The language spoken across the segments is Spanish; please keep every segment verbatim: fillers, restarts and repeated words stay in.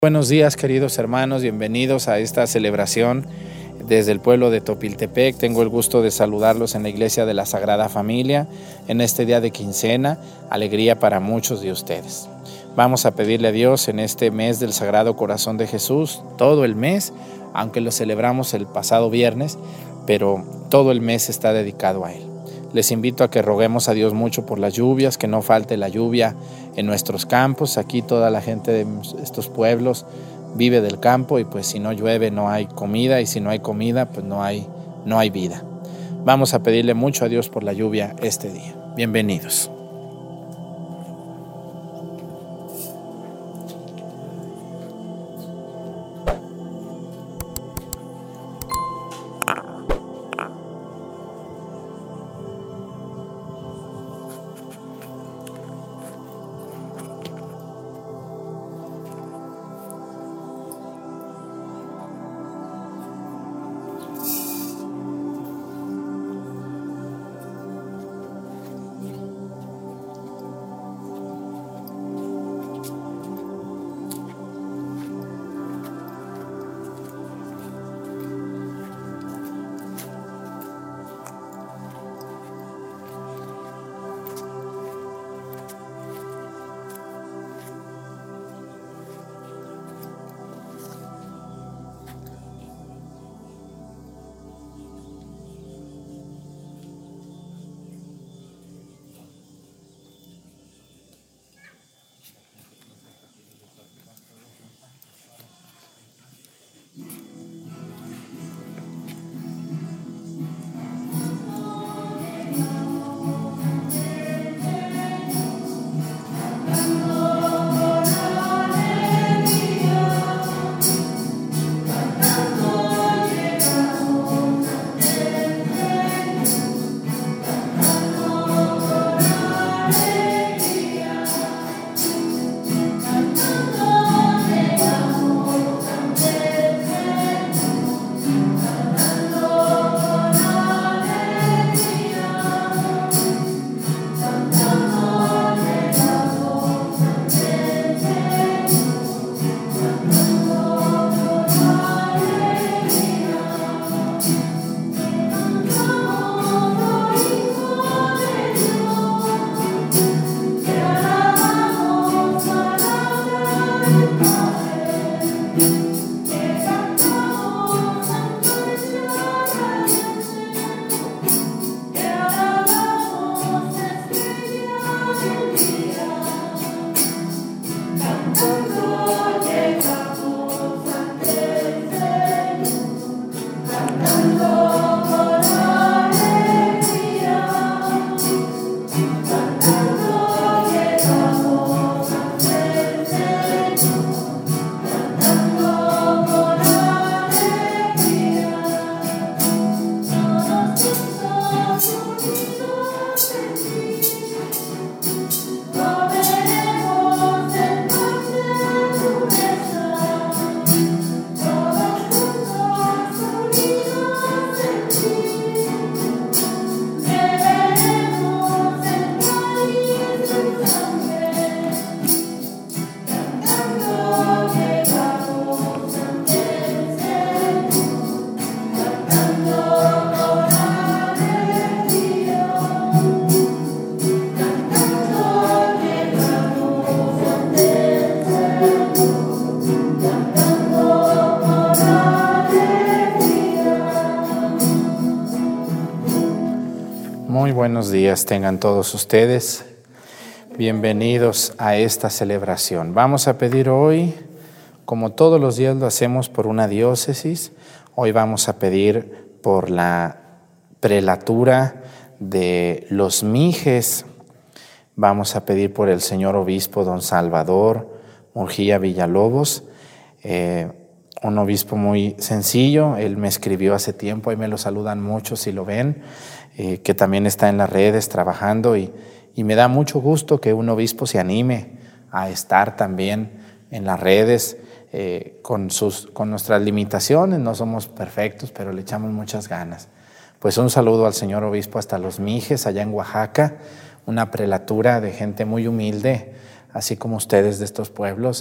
Buenos días, queridos hermanos, bienvenidos a esta celebración desde el pueblo de Topiltepec. Tengo el gusto de saludarlos en la Iglesia de la Sagrada Familia en este día de quincena, alegría para muchos de ustedes. Vamos a pedirle a Dios en este mes del Sagrado Corazón de Jesús, todo el mes, aunque lo celebramos el pasado viernes, pero todo el mes está dedicado a Él. Les invito a que roguemos a Dios mucho por las lluvias, que no falte la lluvia en nuestros campos. Aquí toda la gente de estos pueblos vive del campo y pues si no llueve no hay comida y si no hay comida pues no hay, no hay vida. Vamos a pedirle mucho a Dios por la lluvia este día. Bienvenidos. Muy buenos días tengan todos ustedes. Bienvenidos a esta celebración. Vamos a pedir hoy, como todos los días lo hacemos por una diócesis, hoy vamos a pedir por la prelatura de Los Mijes. Vamos a pedir por el señor obispo don Salvador Murguía Villalobos, eh, un obispo muy sencillo. Él me escribió hace tiempo, ahí me lo saludan mucho si lo ven, eh, que también está en las redes trabajando y, y me da mucho gusto que un obispo se anime a estar también en las redes eh, con, sus, con nuestras limitaciones. No somos perfectos, pero le echamos muchas ganas. Pues un saludo al señor obispo hasta Los Mijes, allá en Oaxaca, una prelatura de gente muy humilde, así como ustedes de estos pueblos,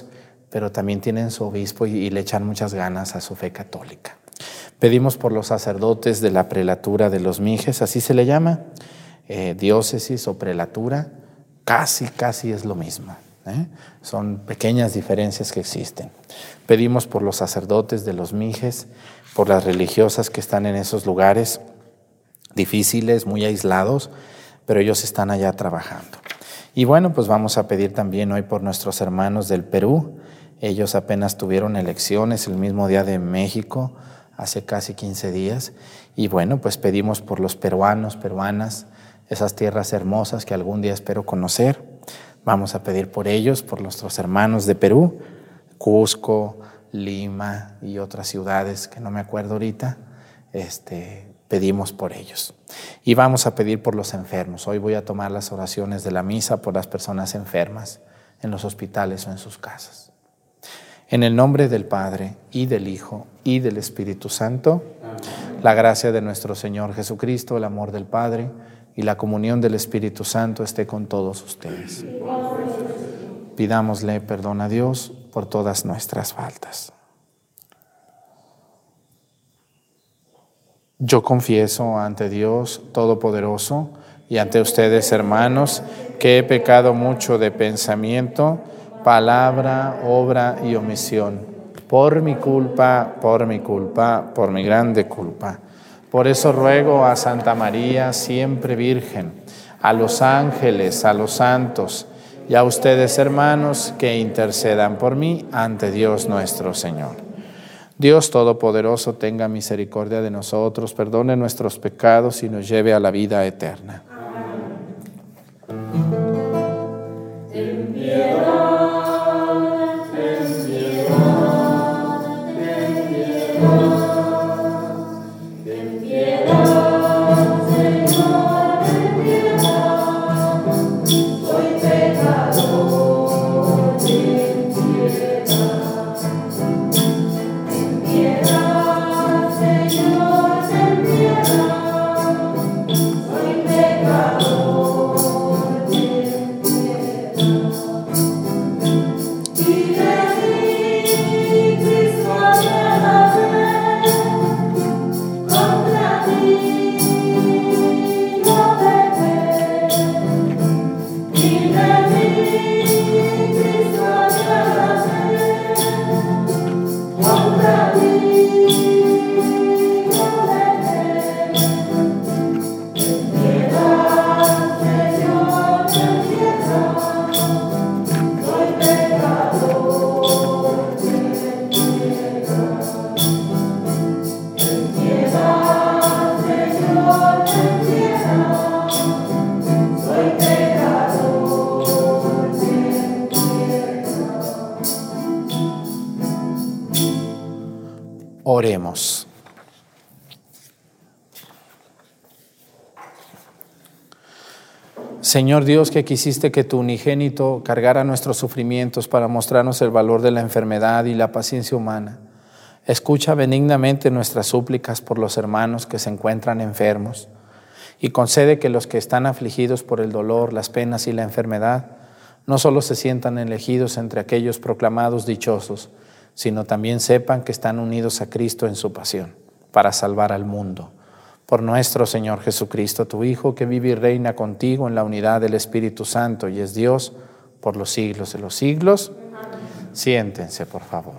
pero también tienen su obispo y, y le echan muchas ganas a su fe católica. Pedimos por los sacerdotes de la prelatura de los Mijes, así se le llama, eh, diócesis o prelatura, casi, casi es lo mismo. ¿eh? Son pequeñas diferencias que existen. Pedimos por los sacerdotes de los Mijes, por las religiosas que están en esos lugares difíciles, muy aislados, pero ellos están allá trabajando. Y bueno, pues vamos a pedir también hoy por nuestros hermanos del Perú. Ellos apenas tuvieron elecciones el mismo día de México, hace casi quince días. Y bueno, pues pedimos por los peruanos, peruanas, esas tierras hermosas que algún día espero conocer. Vamos a pedir por ellos, por nuestros hermanos de Perú, Cusco, Lima y otras ciudades que no me acuerdo ahorita. Este, pedimos por ellos. Y vamos a pedir por los enfermos. Hoy voy a tomar las oraciones de la misa por las personas enfermas en los hospitales o en sus casas. En el nombre del Padre, y del Hijo, y del Espíritu Santo, la gracia de nuestro Señor Jesucristo, el amor del Padre y la comunión del Espíritu Santo esté con todos ustedes. Pidámosle perdón a Dios por todas nuestras faltas. Yo confieso ante Dios Todopoderoso y ante ustedes, hermanos, que he pecado mucho de pensamiento, palabra, obra y omisión, por mi culpa, por mi culpa, por mi grande culpa. Por eso ruego a Santa María, siempre Virgen, a los ángeles, a los santos y a ustedes, hermanos, que intercedan por mí ante Dios nuestro Señor. Dios Todopoderoso tenga misericordia de nosotros, perdone nuestros pecados y nos lleve a la vida eterna. Ten piedad, ten piedad, ten piedad, ten piedad, Señor, ten piedad, soy pecador, ten piedad, ten piedad, Señor, ten piedad, soy pecador. Oremos. Señor Dios, que quisiste que tu unigénito cargara nuestros sufrimientos para mostrarnos el valor de la enfermedad y la paciencia humana, escucha benignamente nuestras súplicas por los hermanos que se encuentran enfermos y concede que los que están afligidos por el dolor, las penas y la enfermedad no solo se sientan elegidos entre aquellos proclamados dichosos, sino también sepan que están unidos a Cristo en su pasión para salvar al mundo. Por nuestro Señor Jesucristo, tu Hijo, que vive y reina contigo en la unidad del Espíritu Santo y es Dios por los siglos de los siglos. Amén. Siéntense, por favor.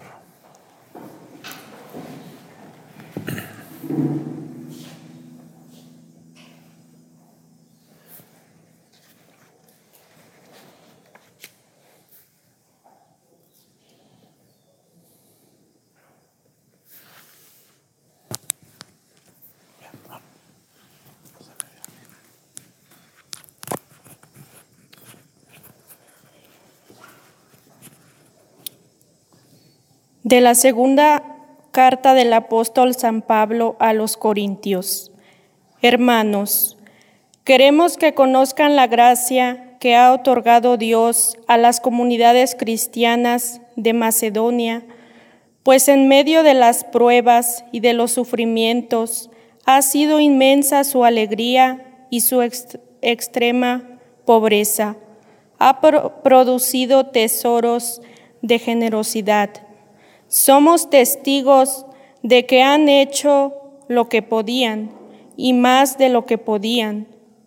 De la segunda carta del apóstol San Pablo a los Corintios. Hermanos, queremos que conozcan la gracia que ha otorgado Dios a las comunidades cristianas de Macedonia, pues en medio de las pruebas y de los sufrimientos ha sido inmensa su alegría y su ext- extrema pobreza. Ha pro- producido tesoros de generosidad. Somos testigos de que han hecho lo que podían y más de lo que podían.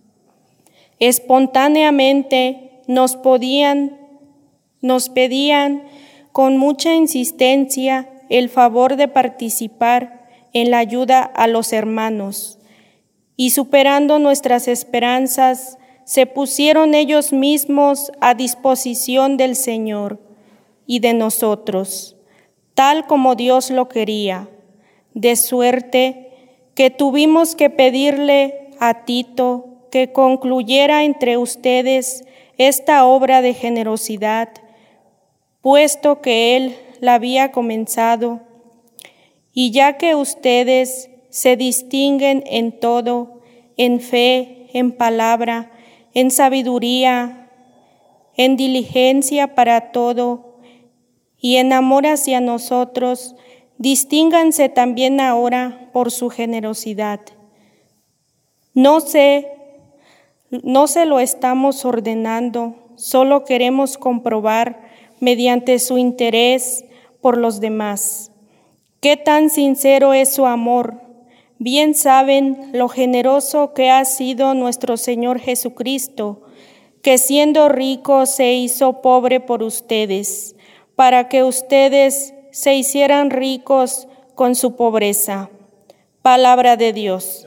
Espontáneamente nos podían, nos pedían con mucha insistencia el favor de participar en la ayuda a los hermanos, y superando nuestras esperanzas, se pusieron ellos mismos a disposición del Señor y de nosotros, tal como Dios lo quería, de suerte que tuvimos que pedirle a Tito que concluyera entre ustedes esta obra de generosidad, puesto que él la había comenzado, y ya que ustedes se distinguen en todo, en fe, en palabra, en sabiduría, en diligencia para todo y en amor hacia nosotros, distínganse también ahora por su generosidad. No sé, no se lo estamos ordenando, solo queremos comprobar mediante su interés por los demás. Qué tan sincero es su amor. Bien saben lo generoso que ha sido nuestro Señor Jesucristo, que siendo rico se hizo pobre por ustedes, para que ustedes se hicieran ricos con su pobreza. Palabra de Dios.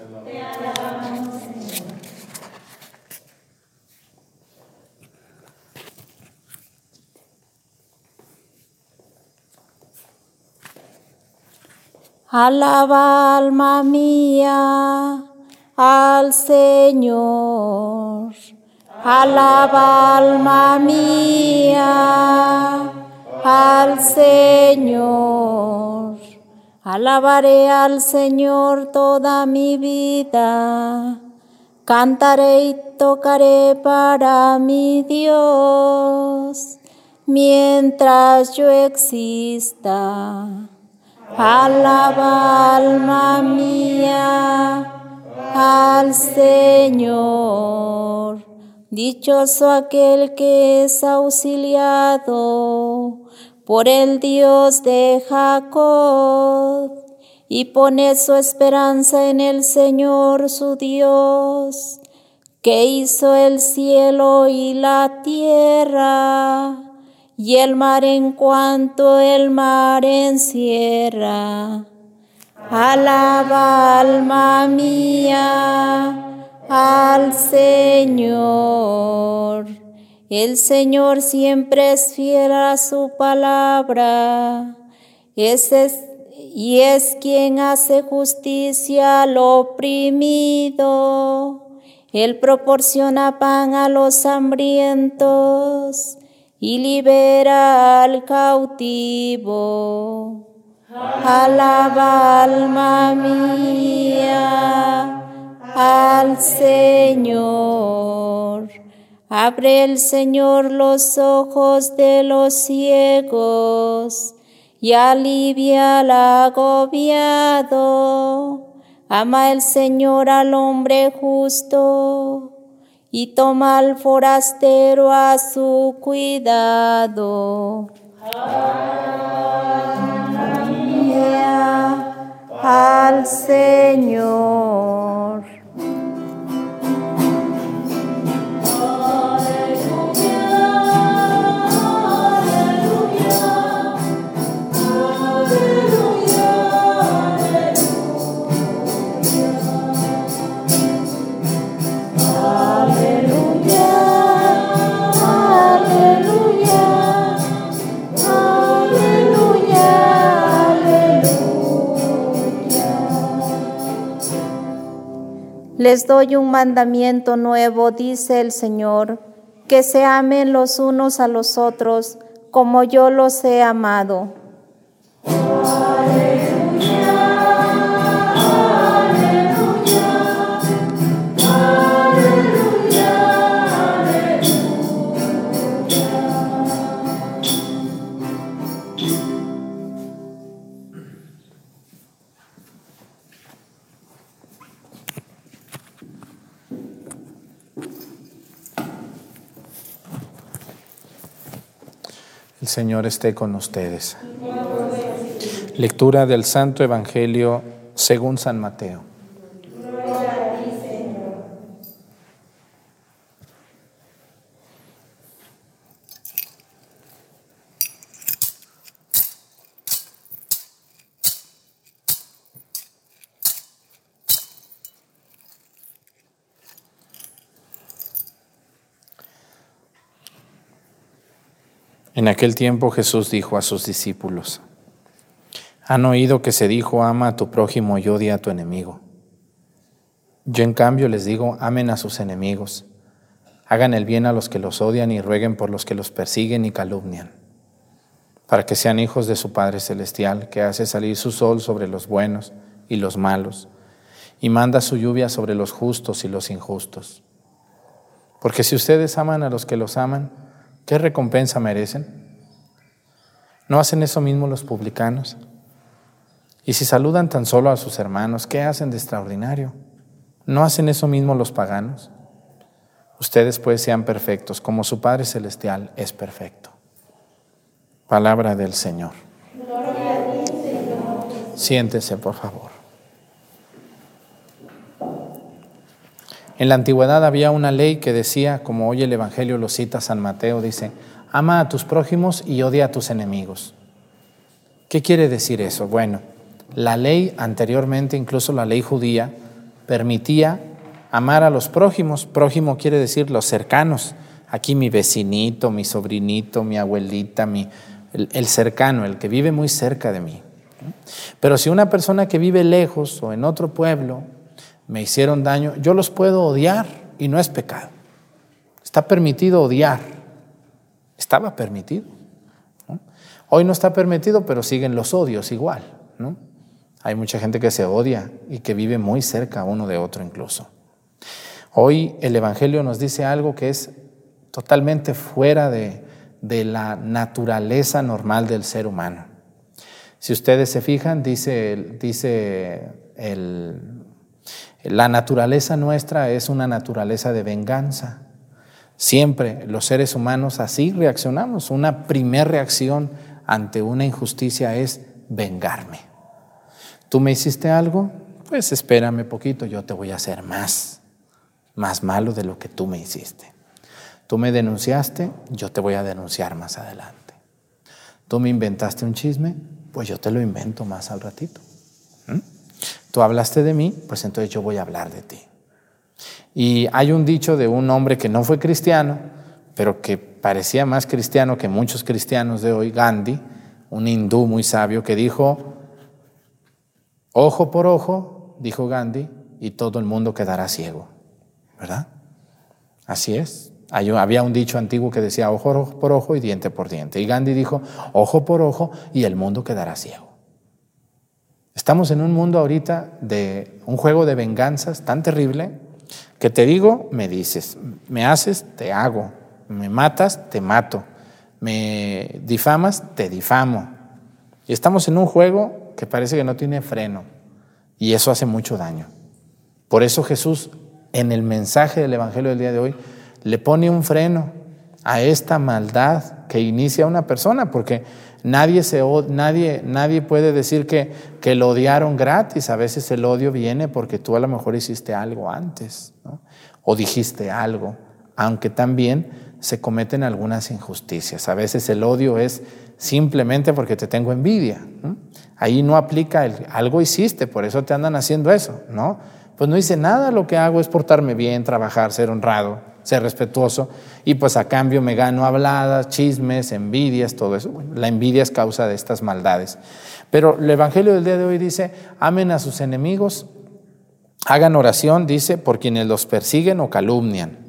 Alaba, alma mía, al Señor. Alaba, alma mía, al Señor. Alabaré al Señor toda mi vida. Cantaré y tocaré para mi Dios, mientras yo exista. Alaba, alma mía, al Señor. Dichoso aquel que es auxiliado por el Dios de Jacob y pone su esperanza en el Señor su Dios, que hizo el cielo y la tierra y el mar en cuanto el mar encierra. Alaba, alma mía, al Señor. El Señor siempre es fiel a su palabra, Ese es, y es quien hace justicia al oprimido. Él proporciona pan a los hambrientos y libera al cautivo. Alaba, alma mía, al Señor. Abre el Señor los ojos de los ciegos y alivia al agobiado. Ama el Señor al hombre justo y toma al forastero a su cuidado. Aleluya al Señor. Les doy un mandamiento nuevo, dice el Señor, que se amen los unos a los otros, como yo los he amado. Aleluya, aleluya, aleluya, El El Señor esté con ustedes. Lectura del Santo Evangelio según San Mateo. En aquel tiempo Jesús dijo a sus discípulos: han oído que se dijo, ama a tu prójimo y odia a tu enemigo. Yo en cambio les digo, amen a sus enemigos, hagan el bien a los que los odian y rueguen por los que los persiguen y calumnian, para que sean hijos de su Padre Celestial, que hace salir su sol sobre los buenos y los malos, y manda su lluvia sobre los justos y los injustos. Porque si ustedes aman a los que los aman, ¿qué recompensa merecen? ¿No hacen eso mismo los publicanos? Y si saludan tan solo a sus hermanos, ¿qué hacen de extraordinario? ¿No hacen eso mismo los paganos? Ustedes pues sean perfectos, como su Padre Celestial es perfecto. Palabra del Señor. Gloria a ti, Señor. Siéntese, por favor. En la antigüedad había una ley que decía, como hoy el Evangelio lo cita San Mateo, dice, ama a tus prójimos y odia a tus enemigos. ¿Qué quiere decir eso? Bueno, la ley anteriormente, incluso la ley judía, permitía amar a los prójimos. Prójimo quiere decir los cercanos. Aquí mi vecinito, mi sobrinito, mi abuelita, mi, el, el cercano, el que vive muy cerca de mí. Pero si una persona que vive lejos o en otro pueblo me hicieron daño, yo los puedo odiar y no es pecado. Está permitido odiar. Estaba permitido, ¿no? Hoy no está permitido, pero siguen los odios igual, ¿no? Hay mucha gente que se odia y que vive muy cerca uno de otro incluso. Hoy el Evangelio nos dice algo que es totalmente fuera de, de la naturaleza normal del ser humano. Si ustedes se fijan, dice, dice el, la naturaleza nuestra es una naturaleza de venganza. Siempre los seres humanos así reaccionamos. Una primera reacción ante una injusticia es vengarme. ¿Tú me hiciste algo? Pues espérame poquito, yo te voy a hacer más, más malo de lo que tú me hiciste. Tú me denunciaste, yo te voy a denunciar más adelante. Tú me inventaste un chisme, pues yo te lo invento más al ratito. ¿Mm? Tú hablaste de mí, pues entonces yo voy a hablar de ti. Y hay un dicho de un hombre que no fue cristiano, pero que parecía más cristiano que muchos cristianos de hoy, Gandhi, un hindú muy sabio, que dijo, ojo por ojo, dijo Gandhi, y todo el mundo quedará ciego, ¿verdad? Así es. Hay, había un dicho antiguo que decía ojo por ojo y diente por diente. Y Gandhi dijo, ojo por ojo y el mundo quedará ciego. Estamos en un mundo ahorita de un juego de venganzas tan terrible que te digo, me dices, me haces, te hago, me matas, te mato, me difamas, te difamo. Y estamos en un juego que parece que no tiene freno y eso hace mucho daño. Por eso Jesús en el mensaje del Evangelio del día de hoy le pone un freno a esta maldad que inicia una persona, porque nadie, se, nadie, nadie puede decir que, que lo odiaron gratis. A veces el odio viene porque tú a lo mejor hiciste algo antes, ¿no? O dijiste algo, aunque también se cometen algunas injusticias. A veces el odio es simplemente porque te tengo envidia, ¿no? Ahí no aplica el algo hiciste, por eso te andan haciendo eso, ¿no? Pues no hice nada, lo que hago es portarme bien, trabajar, ser honrado, ser respetuoso, y pues a cambio me gano habladas, chismes, envidias, todo eso. Bueno, la envidia es causa de estas maldades. Pero el Evangelio del día de hoy dice, amen a sus enemigos, hagan oración, dice, por quienes los persiguen o calumnian.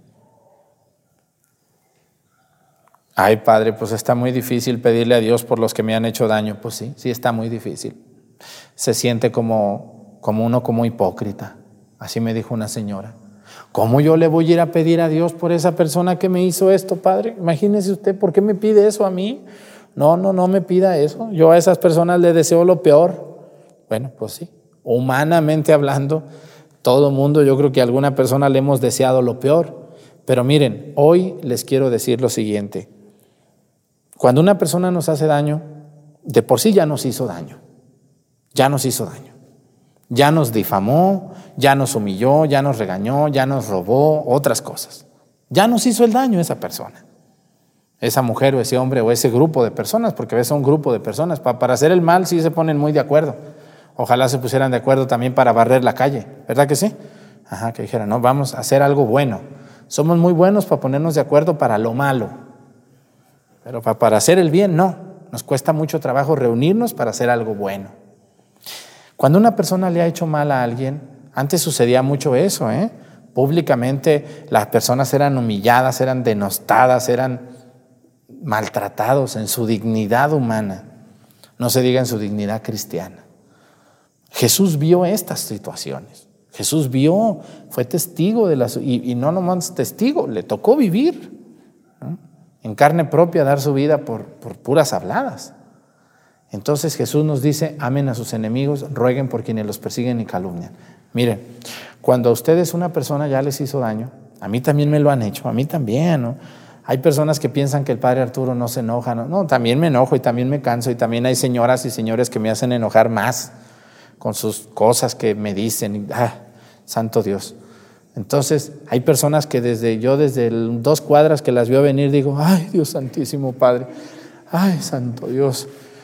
Ay, Padre, pues está muy difícil pedirle a Dios por los que me han hecho daño. Pues sí, sí está muy difícil. Se siente como, como uno como hipócrita. Así me dijo una señora. ¿Cómo yo le voy a ir a pedir a Dios por esa persona que me hizo esto, Padre? Imagínese usted, ¿por qué me pide eso a mí? No, no, no me pida eso. Yo a esas personas les deseo lo peor. Bueno, pues sí. Humanamente hablando, todo mundo, yo creo que a alguna persona le hemos deseado lo peor. Pero miren, hoy les quiero decir lo siguiente. Cuando una persona nos hace daño, de por sí ya nos hizo daño, ya nos hizo daño. Ya nos difamó, ya nos humilló, ya nos regañó, ya nos robó, otras cosas. Ya nos hizo el daño esa persona. Esa mujer o ese hombre o ese grupo de personas, porque a veces son un grupo de personas. Pa- para hacer el mal sí se ponen muy de acuerdo. Ojalá se pusieran de acuerdo también para barrer la calle, ¿verdad que sí? Ajá, que dijeran, no, vamos a hacer algo bueno. Somos muy buenos para ponernos de acuerdo para lo malo, pero pa- para hacer el bien no. Nos cuesta mucho trabajo reunirnos para hacer algo bueno. Cuando una persona le ha hecho mal a alguien, antes sucedía mucho eso, ¿eh? Públicamente las personas eran humilladas, eran denostadas, eran maltratados en su dignidad humana, no se diga en su dignidad cristiana. Jesús vio estas situaciones, Jesús vio, fue testigo de las, y, y no nomás testigo, le tocó vivir, ¿no? En carne propia dar su vida por, por puras habladas. Entonces Jesús nos dice, amen a sus enemigos, rueguen por quienes los persiguen y calumnian. Miren, cuando a ustedes una persona ya les hizo daño, a mí también me lo han hecho, a mí también, ¿no? Hay personas que piensan que el padre Arturo no se enoja, no, no, también me enojo y también me canso y también hay señoras y señores que me hacen enojar más con sus cosas que me dicen, y, ah, santo Dios. Entonces hay personas que desde yo desde el, dos cuadras que las veo venir digo, ay Dios santísimo Padre, ay santo Dios.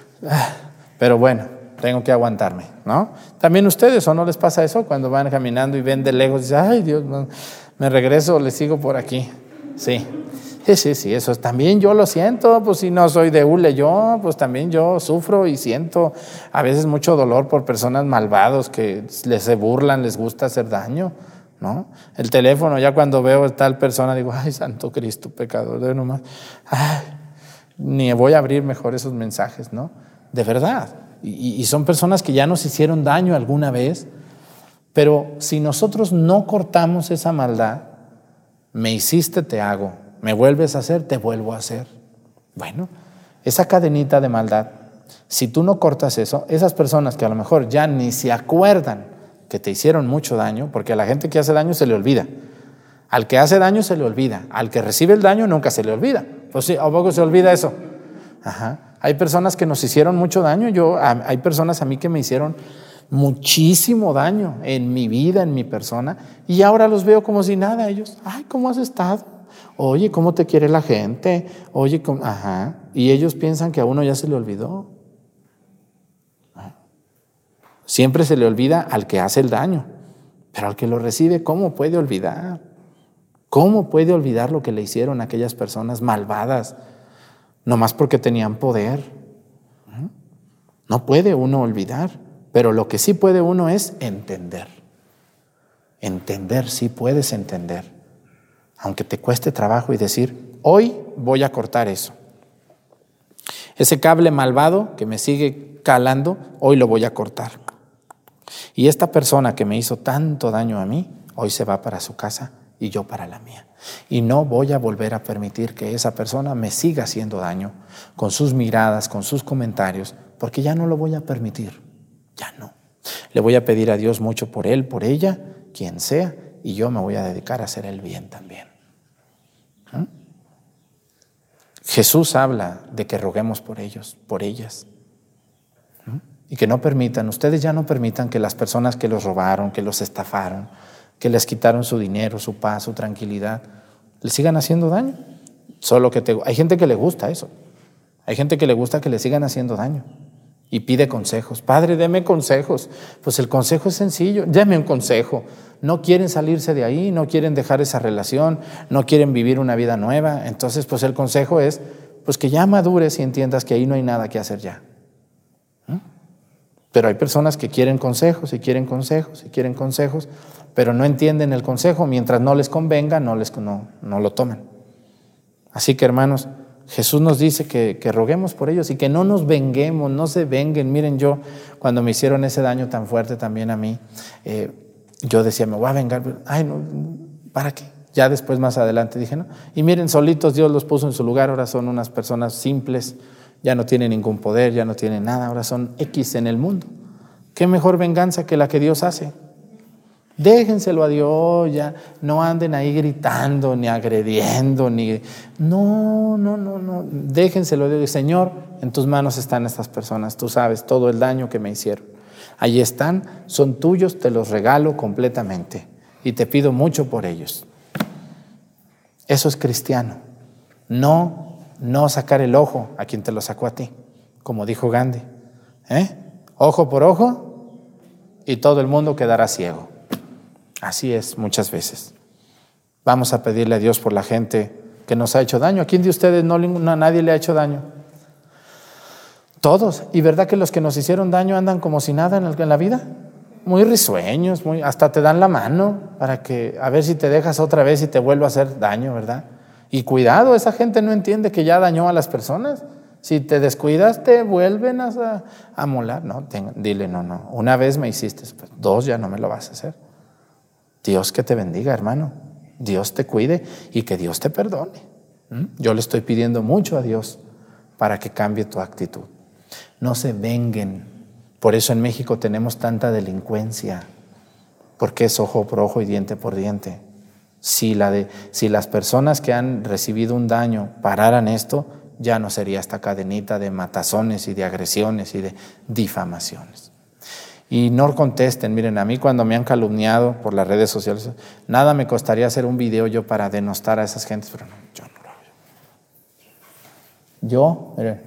Pero bueno, tengo que aguantarme, ¿no? También ustedes, ¿o no les pasa eso? Cuando van caminando y ven de lejos, dicen, ay Dios, me regreso, les sigo por aquí. Sí, sí, sí, sí, eso también yo lo siento, pues si no soy de hule yo, pues también yo sufro y siento a veces mucho dolor por personas malvados que les se burlan, les gusta hacer daño, ¿no? El teléfono, ya cuando veo a tal persona digo, ay santo Cristo, pecador, de nomás, ay, ni voy a abrir mejor esos mensajes, ¿no? De verdad. Y, y son personas que ya nos hicieron daño alguna vez, pero si nosotros no cortamos esa maldad, me hiciste, te hago, me vuelves a hacer, te vuelvo a hacer. Bueno, esa cadenita de maldad, si tú no cortas eso, esas personas que a lo mejor ya ni se acuerdan que te hicieron mucho daño, porque a la gente que hace daño se le olvida. Al que hace daño se le olvida, al que recibe el daño nunca se le olvida. Pues sí, ¿a poco se olvida eso? Ajá. Hay personas que nos hicieron mucho daño. Yo, hay personas a mí que me hicieron muchísimo daño en mi vida, en mi persona, y ahora los veo como si nada. Ellos, ay, ¿cómo has estado? Oye, ¿cómo te quiere la gente? Oye, ¿cómo? Ajá. Y ellos piensan que a uno ya se le olvidó. Siempre se le olvida al que hace el daño, pero al que lo recibe, ¿cómo puede olvidar? ¿Cómo puede olvidar lo que le hicieron a aquellas personas malvadas? Nomás porque tenían poder. No puede uno olvidar, pero lo que sí puede uno es entender. Entender, sí puedes entender. Aunque te cueste trabajo y decir, hoy voy a cortar eso. Ese cable malvado que me sigue calando, hoy lo voy a cortar. Y esta persona que me hizo tanto daño a mí, hoy se va para su casa y yo para la mía. Y no voy a volver a permitir que esa persona me siga haciendo daño con sus miradas, con sus comentarios, porque ya no lo voy a permitir, ya no. Le voy a pedir a Dios mucho por él, por ella, quien sea, y yo me voy a dedicar a hacer el bien también. ¿Mm? Jesús habla de que roguemos por ellos, por ellas. ¿Mm? Y que no permitan, ustedes ya no permitan que las personas que los robaron, que los estafaron, que les quitaron su dinero, su paz, su tranquilidad, les sigan haciendo daño. Solo que te, hay gente que le gusta eso. Hay gente que le gusta que le sigan haciendo daño y pide consejos. Padre, deme consejos. Pues el consejo es sencillo. Deme un consejo. No quieren salirse de ahí, no quieren dejar esa relación, no quieren vivir una vida nueva. Entonces, pues el consejo es pues que ya madures y entiendas que ahí no hay nada que hacer ya. ¿Mm? Pero hay personas que quieren consejos y quieren consejos y quieren consejos, pero no entienden el consejo. Mientras no les convenga, no, les, no, no lo toman. Así que, hermanos, Jesús nos dice que, que roguemos por ellos y que no nos venguemos, no se venguen. Miren, yo cuando me hicieron ese daño tan fuerte también a mí, eh, yo decía, me voy a vengar. Ay, no, ¿para qué? Ya después, más adelante, dije, no. Y miren, solitos Dios los puso en su lugar. Ahora son unas personas simples, ya no tienen ningún poder, ya no tienen nada. Ahora son X en el mundo. ¿Qué mejor venganza que la que Dios hace? Déjenselo a Dios, ya no anden ahí gritando, ni agrediendo, ni... No, no, no, no, déjenselo a Dios. Señor, en tus manos están estas personas, tú sabes todo el daño que me hicieron. Allí están, son tuyos, te los regalo completamente y te pido mucho por ellos. Eso es cristiano. No, no sacar el ojo a quien te lo sacó a ti, como dijo Gandhi. ¿Eh? Ojo por ojo y todo el mundo quedará ciego. Así es muchas veces. Vamos a pedirle a Dios por la gente que nos ha hecho daño. ¿A quién de ustedes no, no a nadie le ha hecho daño? Todos. ¿Y verdad que los que nos hicieron daño andan como si nada en, el, en la vida? Muy risueños, muy, hasta te dan la mano para que a ver si te dejas otra vez y te vuelvo a hacer daño, ¿verdad? Y cuidado, esa gente no entiende que ya dañó a las personas. Si te descuidas, te vuelven a, a molar. No, ten, dile, no, no. Una vez me hiciste, pues dos ya no me lo vas a hacer. Dios que te bendiga, hermano. Dios te cuide y que Dios te perdone. ¿Mm? Yo le estoy pidiendo mucho a Dios para que cambie tu actitud. No se venguen. Por eso en México tenemos tanta delincuencia, porque es ojo por ojo y diente por diente. Si, la de, si las personas que han recibido un daño pararan esto, ya no sería esta cadenita de matazones y de agresiones y de difamaciones. Y no contesten. Miren, a mí cuando me han calumniado por las redes sociales, nada me costaría hacer un video yo para denostar a esas gentes, pero no, yo no lo hago. Yo, miren,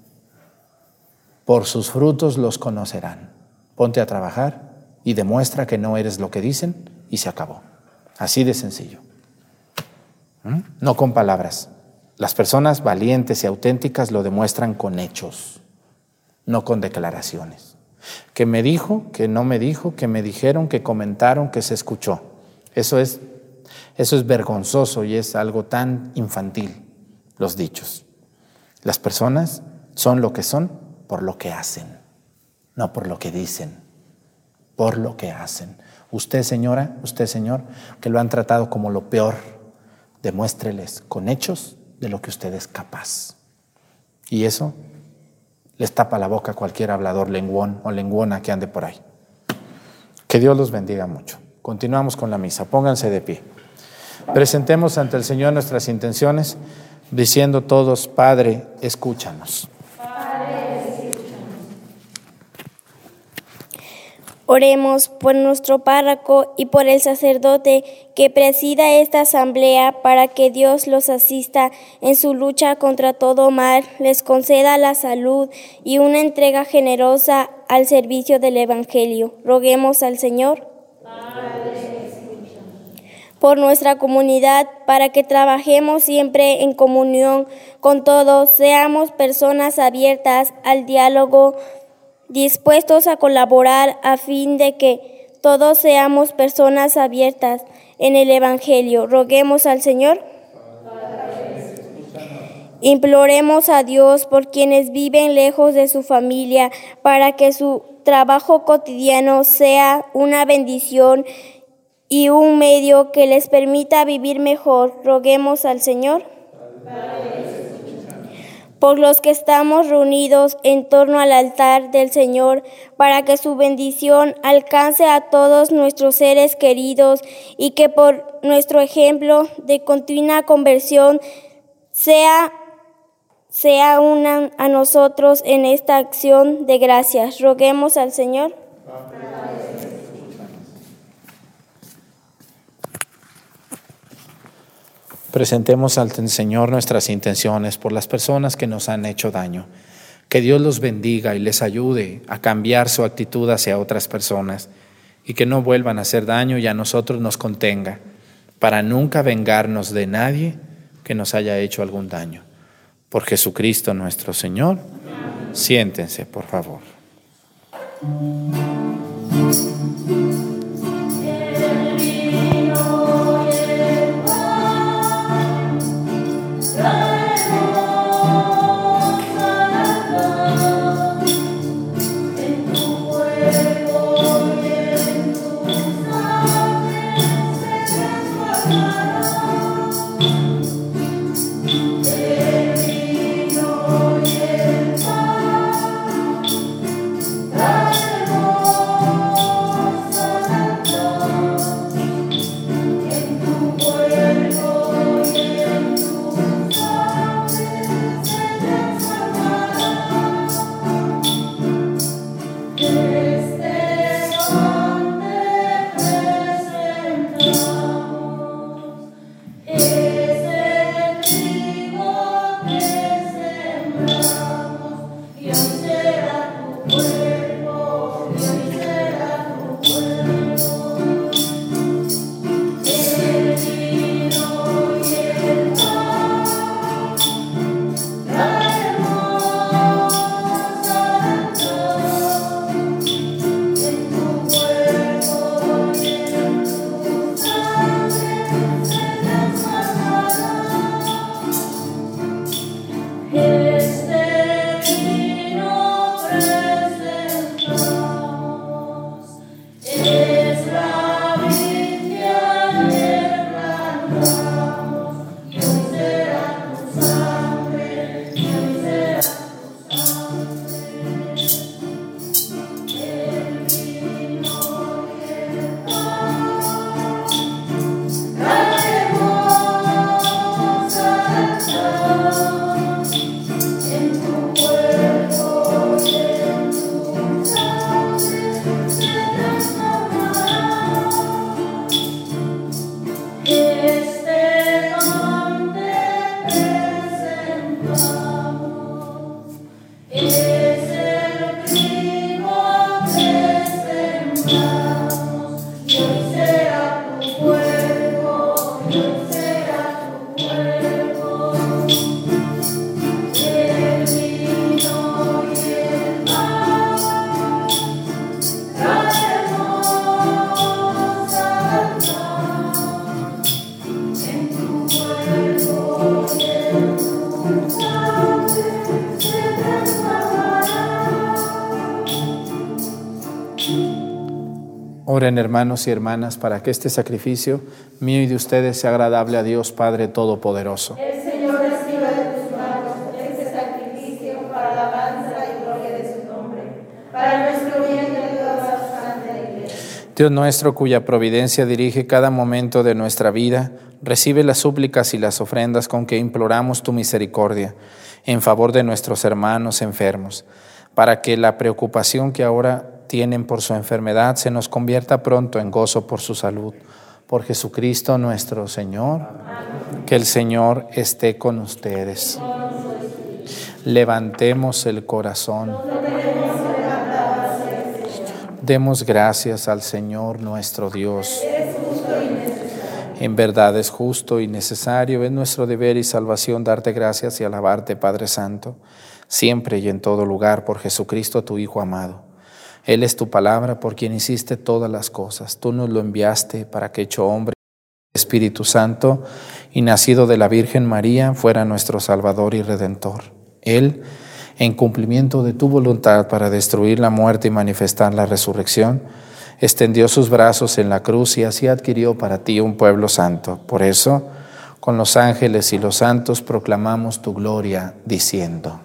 por sus frutos los conocerán. Ponte a trabajar y demuestra que no eres lo que dicen y se acabó. Así de sencillo. ¿Mm? No con palabras. Las personas valientes y auténticas lo demuestran con hechos, no con declaraciones. Que me dijo, que no me dijo, que me dijeron, que comentaron, que se escuchó. Eso es, eso es vergonzoso y es algo tan infantil, los dichos. Las personas son lo que son por lo que hacen, no por lo que dicen, por lo que hacen. Usted, señora, usted, señor, que lo han tratado como lo peor, demuéstreles con hechos de lo que usted es capaz. Y eso les tapa la boca a cualquier hablador lenguón o lenguona que ande por ahí. Que Dios los bendiga mucho. Continuamos con la misa. Pónganse de pie. Presentemos ante el Señor nuestras intenciones, diciendo todos: Padre, escúchanos. Padre, escúchanos. Oremos por nuestro párroco y por el sacerdote que presida esta asamblea, para que Dios los asista en su lucha contra todo mal, les conceda la salud y una entrega generosa al servicio del Evangelio. Roguemos al Señor. Padre, escúchanos. Por nuestra comunidad, para que trabajemos siempre en comunión con todos, seamos personas abiertas al diálogo, dispuestos a colaborar a fin de que todos seamos personas abiertas en el Evangelio. Roguemos al Señor. Imploremos a Dios por quienes viven lejos de su familia, para que su trabajo cotidiano sea una bendición y un medio que les permita vivir mejor. Roguemos al Señor. Por los que estamos reunidos en torno al altar del Señor, para que su bendición alcance a todos nuestros seres queridos y que por nuestro ejemplo de continua conversión sea, sea una a nosotros en esta acción de gracias. Roguemos al Señor. Presentemos al Señor nuestras intenciones por las personas que nos han hecho daño. Que Dios los bendiga y les ayude a cambiar su actitud hacia otras personas y que no vuelvan a hacer daño y a nosotros nos contenga para nunca vengarnos de nadie que nos haya hecho algún daño. Por Jesucristo nuestro Señor. Amén. Siéntense, por favor. Padre, Oren, hermanos y hermanas, para que este sacrificio mío y de ustedes sea agradable a Dios Padre Todopoderoso. El Señor reciba de tus manos este sacrificio para la alabanza y gloria de su nombre, para nuestro bien y de toda la santa Iglesia. Dios nuestro, cuya providencia dirige cada momento de nuestra vida, recibe las súplicas y las ofrendas con que imploramos tu misericordia en favor de nuestros hermanos enfermos, para que la preocupación que ahora tienen por su enfermedad se nos convierta pronto en gozo por su salud. Por Jesucristo nuestro Señor. Amén. Que el Señor esté con ustedes. Levantemos el corazón. Demos gracias al Señor nuestro Dios. En verdad es justo y necesario, es nuestro deber y salvación darte gracias y alabarte, Padre Santo, siempre y en todo lugar, por Jesucristo tu Hijo amado. Él es tu palabra, por quien hiciste todas las cosas. Tú nos lo enviaste para que, hecho hombre, Espíritu Santo y nacido de la Virgen María, fuera nuestro Salvador y Redentor. Él, en cumplimiento de tu voluntad para destruir la muerte y manifestar la resurrección, extendió sus brazos en la cruz y así adquirió para ti un pueblo santo. Por eso, con los ángeles y los santos proclamamos tu gloria, diciendo: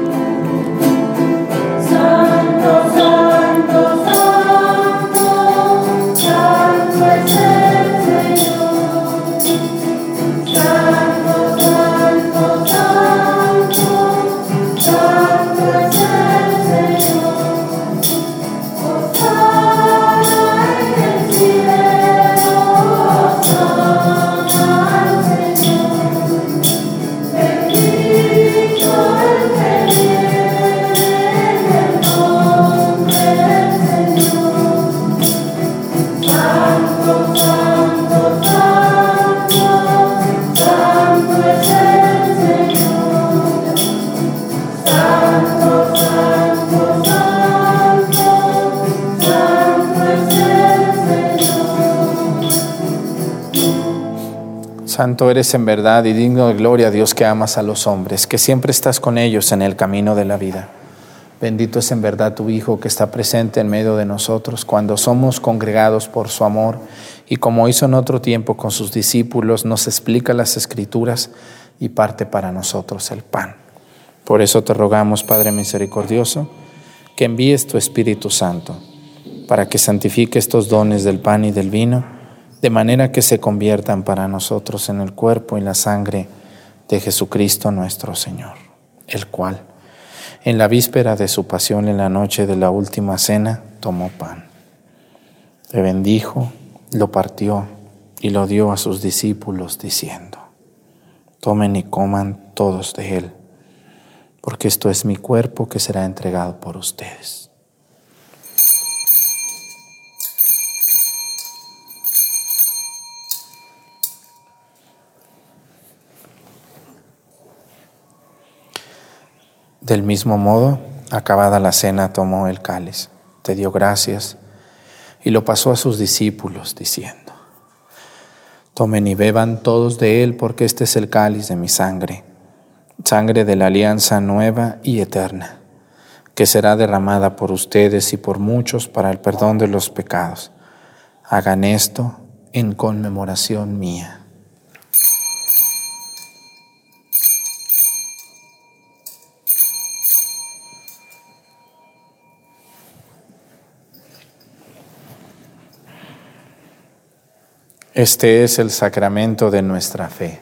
Santo, Santo, Santo, Santo es el Señor. Santo, Santo, Santo, Santo es el Señor. Hosana en el cielo, hosana al Señor. Bendito el que viene en el nombre del Señor. Santo, Santo, Santo, Santo es el Señor. Santo, Santo, Santo, Santo es el Señor. Santo eres en verdad y digno de gloria, Dios, que amas a los hombres, que siempre estás con ellos en el camino de la vida. Bendito es en verdad tu Hijo, que está presente en medio de nosotros cuando somos congregados por su amor, y como hizo en otro tiempo con sus discípulos, nos explica las Escrituras y parte para nosotros el pan. Por eso te rogamos, Padre misericordioso, que envíes tu Espíritu Santo para que santifique estos dones del pan y del vino, de manera que se conviertan para nosotros en el cuerpo y la sangre de Jesucristo nuestro Señor, el cual, En la víspera de su pasión, en la noche de la última cena, tomó pan. Le bendijo, lo partió y lo dio a sus discípulos diciendo: tomen y coman todos de él, porque esto es mi cuerpo que será entregado por ustedes. Del mismo modo, acabada la cena, tomó el cáliz, te dio gracias y lo pasó a sus discípulos, diciendo: tomen y beban todos de él, porque este es el cáliz de mi sangre, sangre de la alianza nueva y eterna, que será derramada por ustedes y por muchos para el perdón de los pecados. Hagan esto en conmemoración mía. Este es el sacramento de nuestra fe.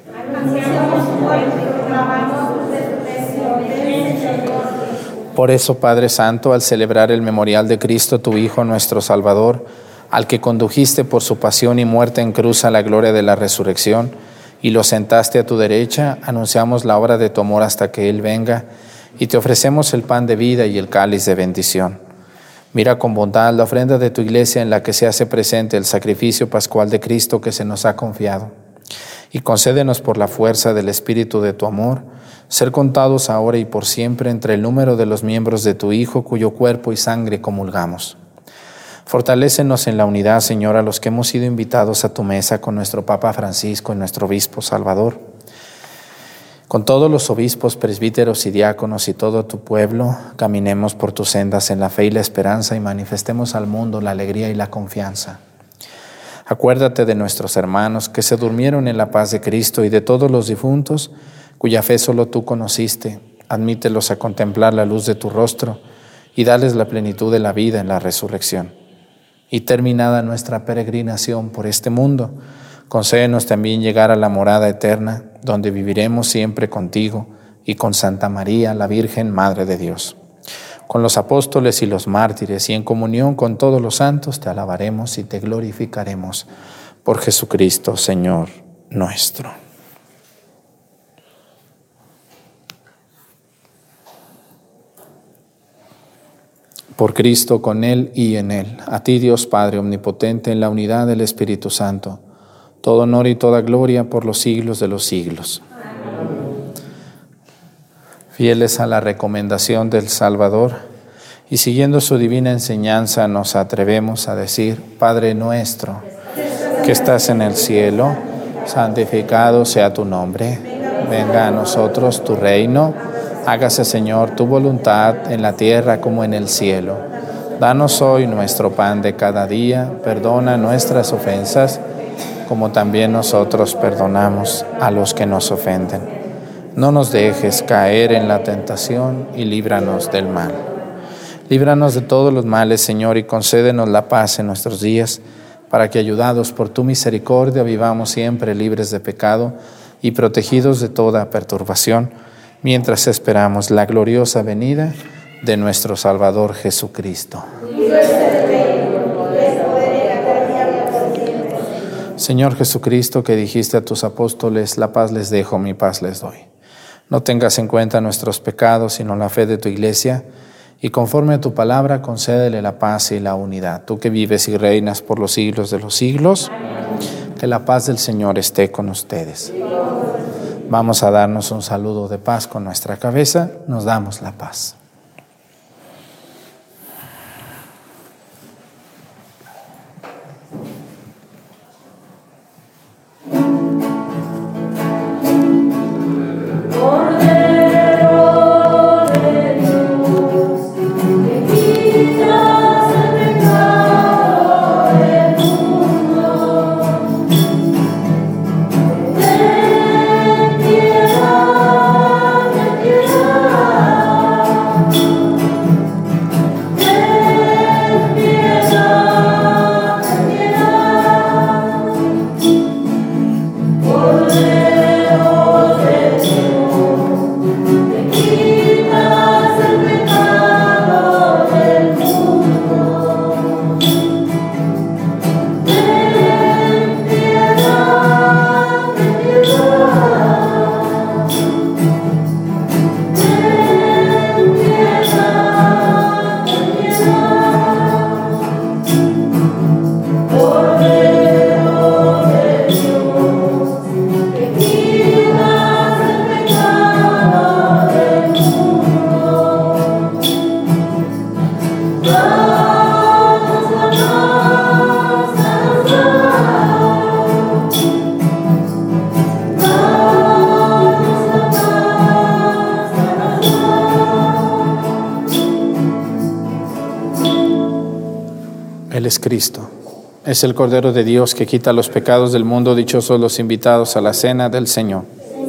Por eso, Padre Santo, al celebrar el memorial de Cristo, tu Hijo, nuestro Salvador, al que condujiste por su pasión y muerte en cruz a la gloria de la resurrección, y lo sentaste a tu derecha, anunciamos la obra de tu amor hasta que Él venga, y te ofrecemos el pan de vida y el cáliz de bendición. Mira con bondad la ofrenda de tu iglesia en la que se hace presente el sacrificio pascual de Cristo que se nos ha confiado. Y concédenos por la fuerza del Espíritu de tu amor, ser contados ahora y por siempre entre el número de los miembros de tu Hijo, cuyo cuerpo y sangre comulgamos. Fortalécenos en la unidad, Señor, a los que hemos sido invitados a tu mesa con nuestro Papa Francisco y nuestro Obispo Salvador. Con todos los obispos, presbíteros y diáconos y todo tu pueblo, caminemos por tus sendas en la fe y la esperanza y manifestemos al mundo la alegría y la confianza. Acuérdate de nuestros hermanos que se durmieron en la paz de Cristo y de todos los difuntos, cuya fe solo tú conociste. Admítelos a contemplar la luz de tu rostro y dales la plenitud de la vida en la resurrección. Y terminada nuestra peregrinación por este mundo, concédenos también llegar a la morada eterna, donde viviremos siempre contigo y con Santa María, la Virgen, Madre de Dios. Con los apóstoles y los mártires y en comunión con todos los santos te alabaremos y te glorificaremos por Jesucristo, Señor nuestro. Por Cristo, con Él y en Él, a ti Dios Padre omnipotente, en la unidad del Espíritu Santo, todo honor y toda gloria por los siglos de los siglos. Amén. Fieles a la recomendación del Salvador y siguiendo su divina enseñanza, nos atrevemos a decir: Padre nuestro, que estás en el cielo, santificado sea tu nombre. Venga a nosotros tu reino. Hágase, Señor, tu voluntad en la tierra como en el cielo. Danos hoy nuestro pan de cada día. Perdona nuestras ofensas, como también nosotros perdonamos a los que nos ofenden. No nos dejes caer en la tentación y líbranos del mal. Líbranos de todos los males, Señor, y concédenos la paz en nuestros días, para que, ayudados por tu misericordia, vivamos siempre libres de pecado y protegidos de toda perturbación, mientras esperamos la gloriosa venida de nuestro Salvador Jesucristo. Señor Jesucristo, que dijiste a tus apóstoles: la paz les dejo, mi paz les doy. No tengas en cuenta nuestros pecados, sino la fe de tu iglesia, y conforme a tu palabra, concédele la paz y la unidad. Tú que vives y reinas por los siglos de los siglos, amén. Que la paz del Señor esté con ustedes. Vamos a darnos un saludo de paz con nuestra cabeza. Nos damos la paz. Ten piedad, ten piedad. Él es Cristo. Es el Cordero de Dios que quita los pecados del mundo. Dichosos los invitados a la cena del Señor.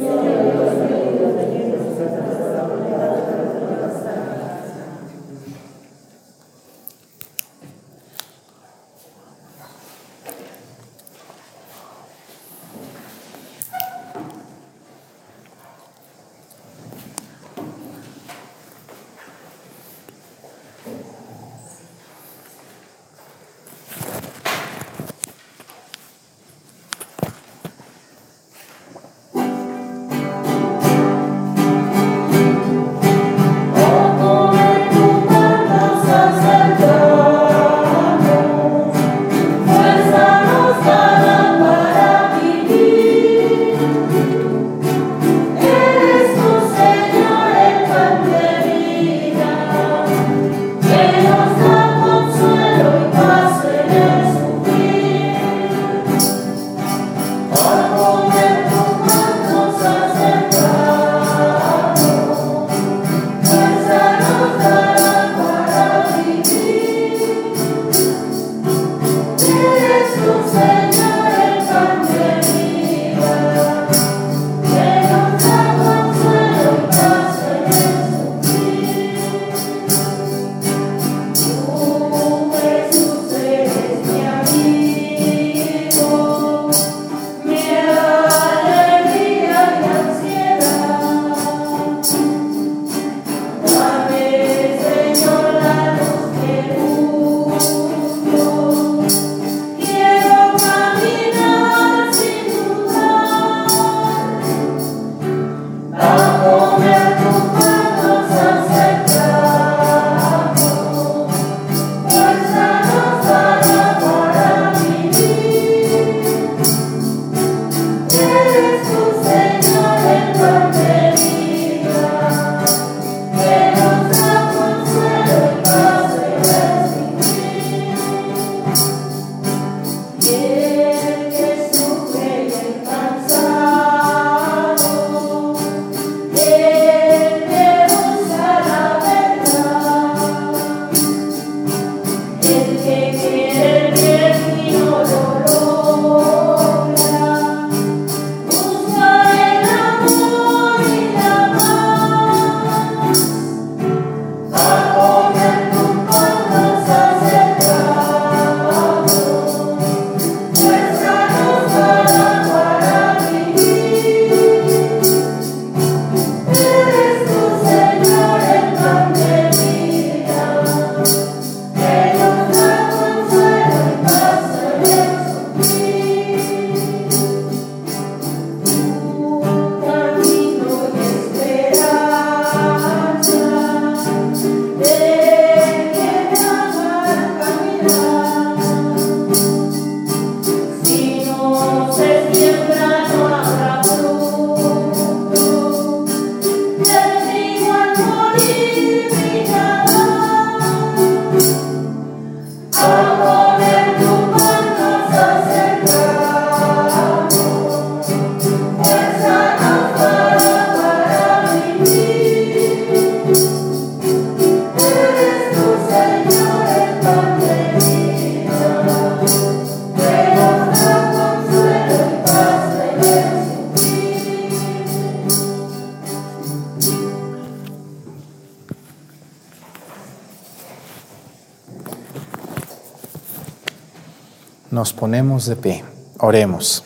Nos ponemos de pie, oremos.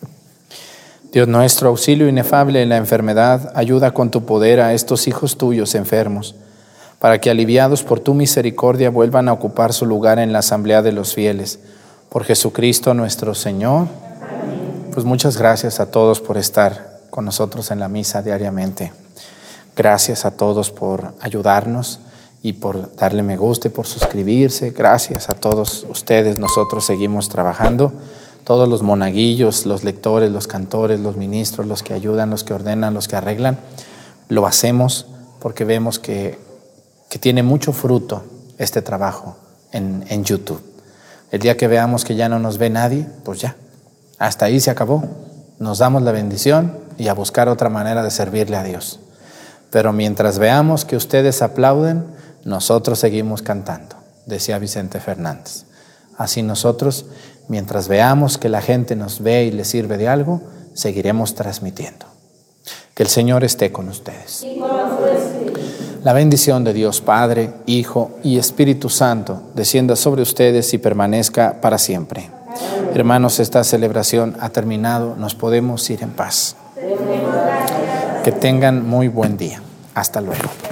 Dios nuestro, auxilio inefable en la enfermedad, ayuda con tu poder a estos hijos tuyos enfermos, para que aliviados por tu misericordia vuelvan a ocupar su lugar en la asamblea de los fieles. Por Jesucristo nuestro Señor. Amén. Pues muchas gracias a todos por estar con nosotros en la misa diariamente. Gracias a todos por ayudarnos y por darle me gusta y por suscribirse. Gracias a todos ustedes. Nosotros seguimos trabajando. Todos los monaguillos, los lectores, los cantores, los ministros, los que ayudan, los que ordenan, los que arreglan, lo hacemos porque vemos que, que tiene mucho fruto este trabajo en, en YouTube. El día que veamos que ya no nos ve nadie, pues ya, hasta ahí se acabó. Nos damos la bendición y a buscar otra manera de servirle a Dios. Pero mientras veamos que ustedes aplauden, nosotros seguimos cantando, decía Vicente Fernández. Así nosotros, mientras veamos que la gente nos ve y le sirve de algo, seguiremos transmitiendo. Que el Señor esté con ustedes. La bendición de Dios Padre, Hijo y Espíritu Santo descienda sobre ustedes y permanezca para siempre. Hermanos, esta celebración ha terminado. Nos podemos ir en paz. Que tengan muy buen día. Hasta luego.